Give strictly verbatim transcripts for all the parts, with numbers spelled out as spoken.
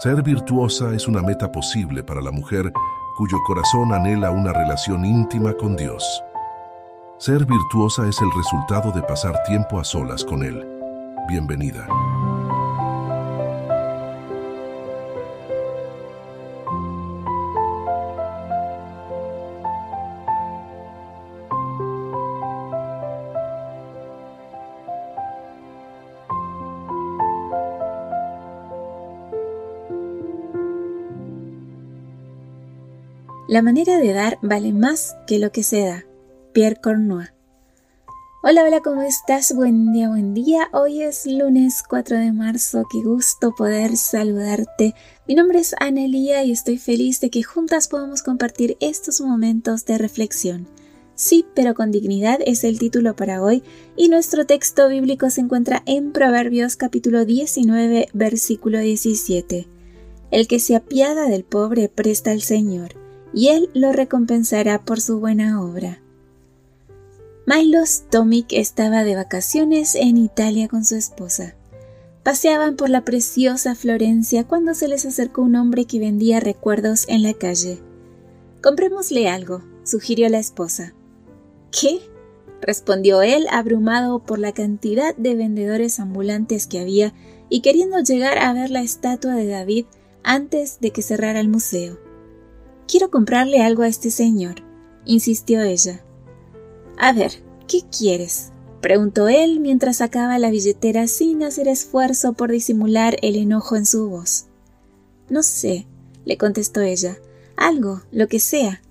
Ser virtuosa es una meta posible para la mujer cuyo corazón anhela una relación íntima con Dios. Ser virtuosa es el resultado de pasar tiempo a solas con Él. Bienvenida. La manera de dar vale más que lo que se da. Pierre Cornouaille. Hola, hola, ¿cómo estás? Buen día, buen día. Hoy es lunes cuatro de marzo. Qué gusto poder saludarte. Mi nombre es Analía y estoy feliz de que juntas podamos compartir estos momentos de reflexión. Sí, pero con dignidad es el título para hoy y nuestro texto bíblico se encuentra en Proverbios capítulo diecinueve, versículo diecisiete. El que se apiada del pobre presta al Señor, y Él lo recompensará por su buena obra. Milos Tomic estaba de vacaciones en Italia con su esposa. Paseaban por la preciosa Florencia cuando se les acercó un hombre que vendía recuerdos en la calle. «Comprémosle algo», sugirió la esposa. «¿Qué?», respondió él, abrumado por la cantidad de vendedores ambulantes que había y queriendo llegar a ver la estatua de David antes de que cerrara el museo. «Quiero comprarle algo a este señor», insistió ella. «A ver, ¿qué quieres?», preguntó él mientras sacaba la billetera sin hacer esfuerzo por disimular el enojo en su voz. «No sé», le contestó ella, «algo, lo que sea».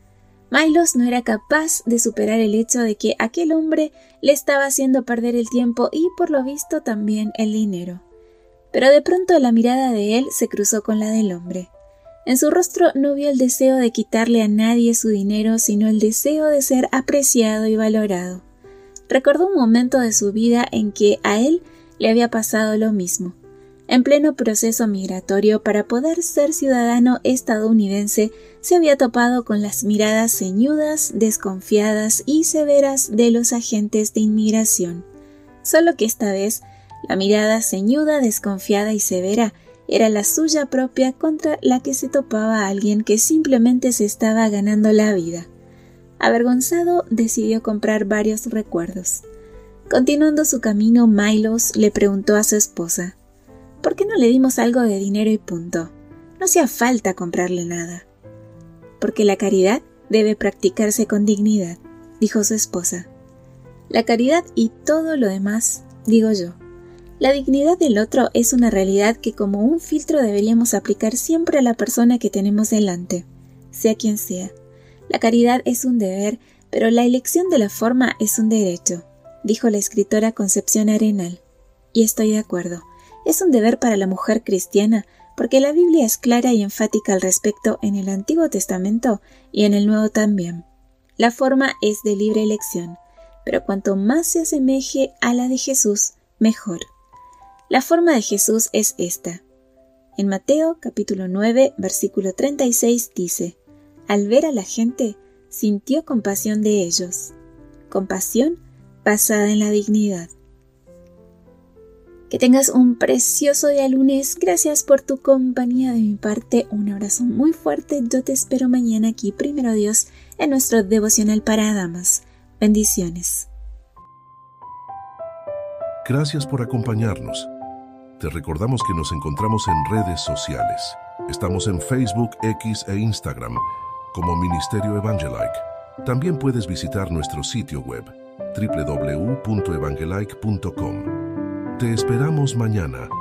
Milos no era capaz de superar el hecho de que aquel hombre le estaba haciendo perder el tiempo y, por lo visto, también el dinero. Pero de pronto la mirada de él se cruzó con la del hombre. En su rostro no vio el deseo de quitarle a nadie su dinero, sino el deseo de ser apreciado y valorado. Recordó un momento de su vida en que a él le había pasado lo mismo. En pleno proceso migratorio, para poder ser ciudadano estadounidense, se había topado con las miradas ceñudas, desconfiadas y severas de los agentes de inmigración. Solo que esta vez, la mirada ceñuda, desconfiada y severa era la suya propia contra la que se topaba alguien que simplemente se estaba ganando la vida. Avergonzado, decidió comprar varios recuerdos. Continuando su camino, Milos le preguntó a su esposa: «¿Por qué no le dimos algo de dinero y punto? No hacía falta comprarle nada». «Porque la caridad debe practicarse con dignidad», dijo su esposa. «La caridad y todo lo demás, digo yo. La dignidad del otro es una realidad que como un filtro deberíamos aplicar siempre a la persona que tenemos delante, sea quien sea. La caridad es un deber, pero la elección de la forma es un derecho», dijo la escritora Concepción Arenal. Y estoy de acuerdo. Es un deber para la mujer cristiana, porque la Biblia es clara y enfática al respecto en el Antiguo Testamento y en el Nuevo también. La forma es de libre elección, pero cuanto más se asemeje a la de Jesús, mejor. La forma de Jesús es esta. En Mateo capítulo nueve, versículo treinta y seis dice: «Al ver a la gente, sintió compasión de ellos». Compasión basada en la dignidad. Que tengas un precioso día lunes. Gracias por tu compañía. De mi parte, un abrazo muy fuerte. Yo te espero mañana aquí, primero Dios, en nuestro devocional para damas. Bendiciones. Gracias por acompañarnos. Te recordamos que nos encontramos en redes sociales. Estamos en Facebook, X e Instagram como Ministerio Evangelike. También puedes visitar nuestro sitio web doble u doble u doble u punto evangelike punto com. Te esperamos mañana.